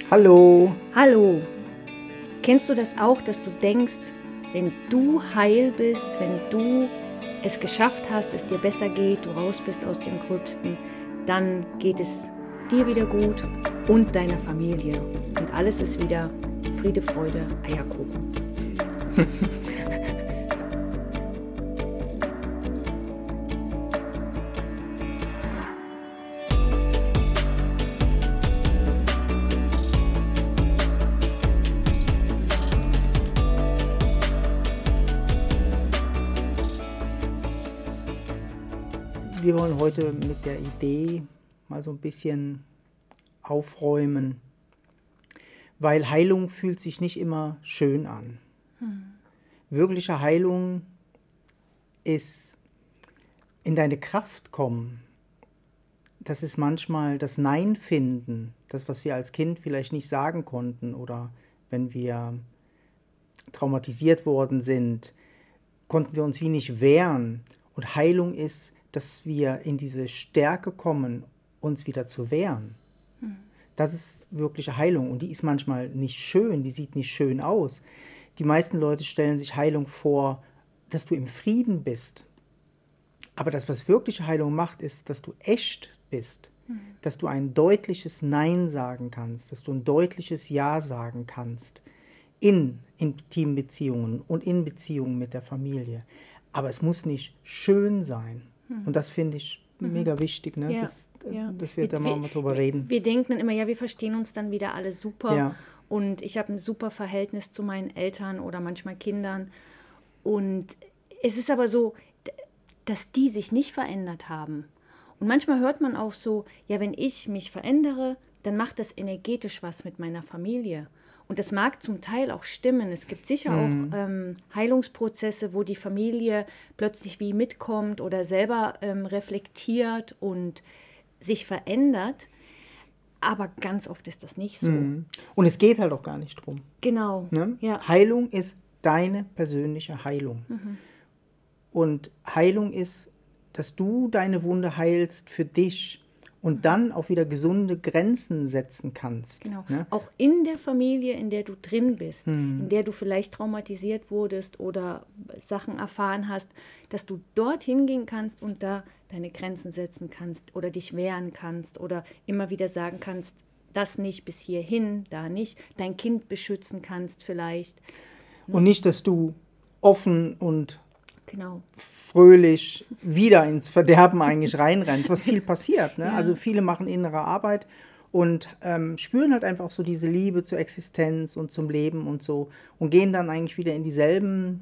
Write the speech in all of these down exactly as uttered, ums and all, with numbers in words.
Hallo. Hallo. Kennst du das auch, dass du denkst, wenn du heil bist, wenn du es geschafft hast, es dir besser geht, du raus bist aus dem Gröbsten, dann geht es dir wieder gut und deiner Familie. Und alles ist wieder Friede, Freude, Eierkuchen. Wir wollen heute mit der Idee mal so ein bisschen aufräumen, weil Heilung fühlt sich nicht immer schön an. Hm. Wirkliche Heilung ist in deine Kraft kommen. Das ist manchmal das Nein finden, das, was wir als Kind vielleicht nicht sagen konnten oder wenn wir traumatisiert worden sind, konnten wir uns wie nicht wehren. Und Heilung ist, dass wir in diese Stärke kommen, uns wieder zu wehren. Hm. Das ist wirkliche Heilung und die ist manchmal nicht schön, die sieht nicht schön aus. Die meisten Leute stellen sich Heilung vor, dass du im Frieden bist. Aber das, was wirkliche Heilung macht, ist, dass du echt bist, hm. dass du ein deutliches Nein sagen kannst, dass du ein deutliches Ja sagen kannst in intimen Beziehungen und in Beziehungen mit der Familie. Aber es muss nicht schön sein. Und das finde ich mhm. mega wichtig, ne? Ja, das, ja. dass wir, wir da mal wir, drüber reden. Wir denken dann immer, ja, wir verstehen uns dann wieder alle super. Ja. Und ich habe ein super Verhältnis zu meinen Eltern oder manchmal Kindern. Und es ist aber so, dass die sich nicht verändert haben. Und manchmal hört man auch so, ja, wenn ich mich verändere, dann macht das energetisch was mit meiner Familie. Und das mag zum Teil auch stimmen. Es gibt sicher mhm. auch ähm, Heilungsprozesse, wo die Familie plötzlich wie mitkommt oder selber ähm, reflektiert und sich verändert. Aber ganz oft ist das nicht so. Mhm. Und es geht halt auch gar nicht drum. Genau. Ne? Ja. Heilung ist deine persönliche Heilung. Mhm. Und Heilung ist, dass du deine Wunde heilst für dich. Und dann auch wieder gesunde Grenzen setzen kannst. Genau. Ne? Auch in der Familie, in der du drin bist, hm. in der du vielleicht traumatisiert wurdest oder Sachen erfahren hast, dass du dorthin gehen kannst und da deine Grenzen setzen kannst oder dich wehren kannst oder immer wieder sagen kannst, das nicht bis hierhin, da nicht, dein Kind beschützen kannst vielleicht. Ne? Und nicht, dass du offen und Genau. fröhlich wieder ins Verderben eigentlich reinrennst, was viel passiert. Ne? Ja. Also viele machen innere Arbeit und ähm, spüren halt einfach so diese Liebe zur Existenz und zum Leben und so und gehen dann eigentlich wieder in dieselben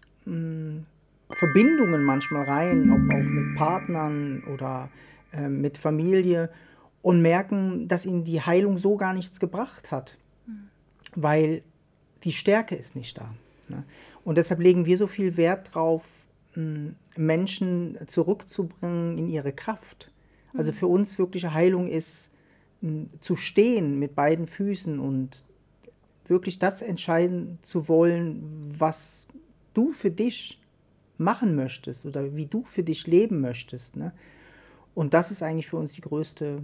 mh, Verbindungen manchmal rein, ob auch mit Partnern oder äh, mit Familie und merken, dass ihnen die Heilung so gar nichts gebracht hat, mhm. weil die Stärke ist nicht da. Ne? Und deshalb legen wir so viel Wert drauf, Menschen zurückzubringen in ihre Kraft. Also für uns wirkliche Heilung ist, zu stehen mit beiden Füßen und wirklich das entscheiden zu wollen, was du für dich machen möchtest oder wie du für dich leben möchtest. Ne? Und das ist eigentlich für uns die größte,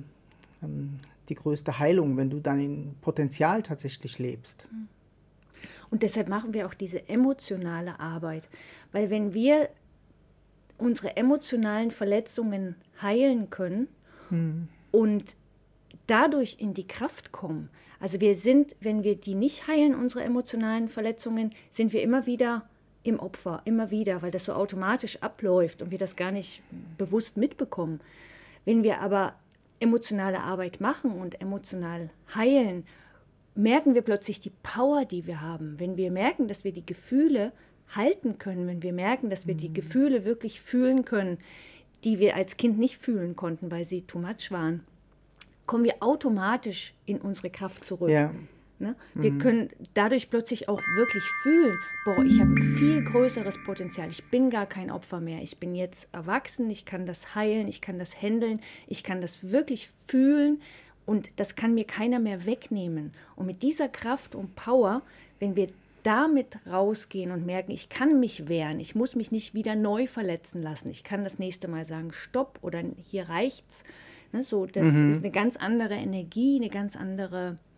die größte Heilung, wenn du dann in Potenzial tatsächlich lebst. Und deshalb machen wir auch diese emotionale Arbeit. Weil wenn wir unsere emotionalen Verletzungen heilen können hm. und dadurch in die Kraft kommen, also wir sind, wenn wir die nicht heilen, unsere emotionalen Verletzungen, sind wir immer wieder im Opfer, immer wieder, weil das so automatisch abläuft und wir das gar nicht bewusst mitbekommen. Wenn wir aber emotionale Arbeit machen und emotional heilen, merken wir plötzlich die Power, die wir haben. Wenn wir merken, dass wir die Gefühle halten können, wenn wir merken, dass wir mhm. die Gefühle wirklich fühlen können, die wir als Kind nicht fühlen konnten, weil sie too much waren, kommen wir automatisch in unsere Kraft zurück. Ja. Ne? Wir mhm. können dadurch plötzlich auch wirklich fühlen, boah, ich habe ein viel größeres Potenzial, ich bin gar kein Opfer mehr, ich bin jetzt erwachsen, ich kann das heilen, ich kann das handeln, ich kann das wirklich fühlen, und das kann mir keiner mehr wegnehmen. Und mit dieser Kraft und Power, wenn wir damit rausgehen und merken, ich kann mich wehren, ich muss mich nicht wieder neu verletzen lassen, ich kann das nächste Mal sagen, stopp oder hier reicht's. Ne, so, das mhm. ist eine ganz andere Energie, eine ganz andere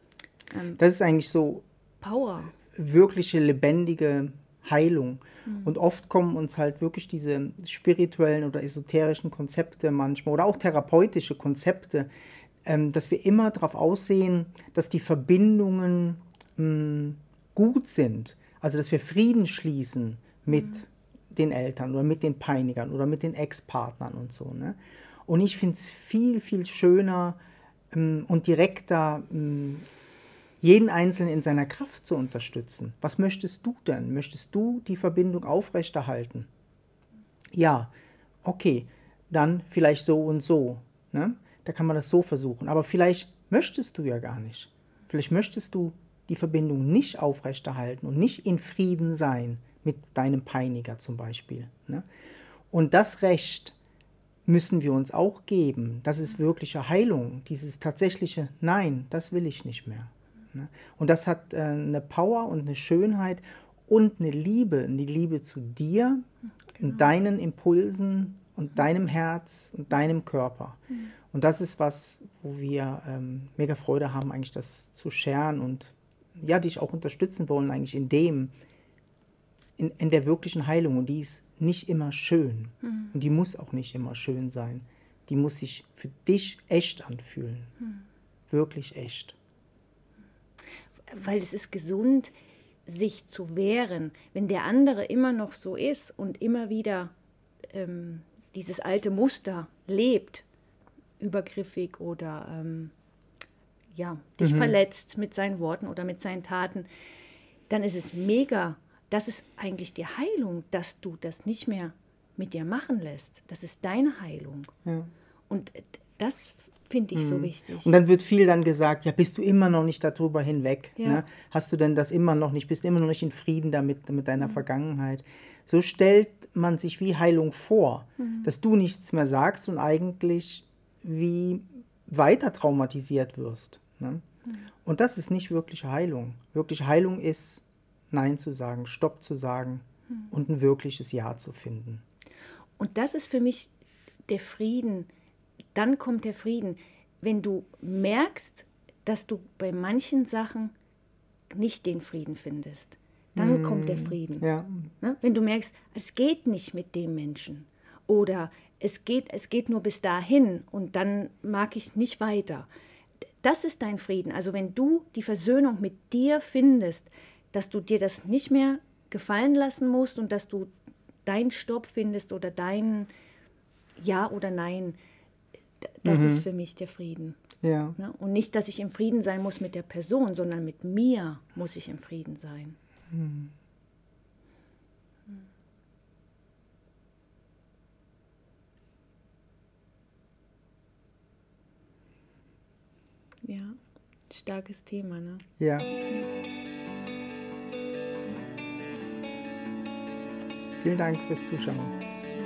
ähm, Das ist eigentlich so Power. wirkliche lebendige Heilung. Mhm. Und oft kommen uns halt wirklich diese spirituellen oder esoterischen Konzepte manchmal oder auch therapeutische Konzepte, ähm, dass wir immer darauf aussehen, dass die Verbindungen mh, gut sind. Also dass wir Frieden schließen mit mhm. den Eltern oder mit den Peinigern oder mit den Ex-Partnern und so. Ne? Und ich finde es viel, viel schöner ähm, und direkter, ähm, jeden Einzelnen in seiner Kraft zu unterstützen. Was möchtest du denn? Möchtest du die Verbindung aufrechterhalten? Ja, okay, dann vielleicht so und so. Ne? Da kann man das so versuchen. Aber vielleicht möchtest du ja gar nicht. Vielleicht möchtest du die Verbindung nicht aufrechterhalten und nicht in Frieden sein mit deinem Peiniger zum Beispiel. Ne? Und das Recht müssen wir uns auch geben. Das ist wirkliche Heilung. Dieses tatsächliche Nein, das will ich nicht mehr. Und das hat äh, eine Power und eine Schönheit und eine Liebe, eine Liebe zu dir, genau. und deinen Impulsen und deinem Herz und deinem Körper. Mhm. Und das ist was, wo wir ähm, mega Freude haben, eigentlich das zu scheren und ja, dich auch unterstützen wollen, eigentlich in dem, in, in der wirklichen Heilung. Und die ist nicht immer schön. Mhm. Und die muss auch nicht immer schön sein. Die muss sich für dich echt anfühlen. Mhm. Wirklich echt. Weil es ist gesund, sich zu wehren, wenn der andere immer noch so ist und immer wieder ähm, dieses alte Muster lebt, übergriffig oder ähm, ja, dich mhm. verletzt mit seinen Worten oder mit seinen Taten, dann ist es mega, das ist eigentlich die Heilung, dass du das nicht mehr mit dir machen lässt. Das ist deine Heilung. Ja. Und das finde ich mhm. so wichtig. Und dann wird viel dann gesagt, ja, bist du immer noch nicht darüber hinweg? Ja. Ne? Hast du denn das immer noch nicht, bist du immer noch nicht in Frieden damit, mit deiner mhm. Vergangenheit? So stellt man sich wie Heilung vor, mhm. dass du nichts mehr sagst und eigentlich wie weiter traumatisiert wirst. Ne? Mhm. Und das ist nicht wirkliche Heilung. Wirkliche Heilung ist, Nein zu sagen, Stopp zu sagen mhm. und ein wirkliches Ja zu finden. Und das ist für mich der Frieden. Dann kommt der Frieden, wenn du merkst, dass du bei manchen Sachen nicht den Frieden findest. Dann mm, kommt der Frieden. Ja. Ne? Wenn du merkst, es geht nicht mit dem Menschen oder es geht, es geht nur bis dahin und dann mag ich nicht weiter. Das ist dein Frieden. Also wenn du die Versöhnung mit dir findest, dass du dir das nicht mehr gefallen lassen musst und dass du deinen Stopp findest oder dein Ja oder Nein, das mhm. ist für mich der Frieden. Ja. Ne? Und nicht, dass ich im Frieden sein muss mit der Person, sondern mit mir muss ich im Frieden sein. Mhm. Ja, starkes Thema, ne? Ja. Vielen Dank fürs Zuschauen.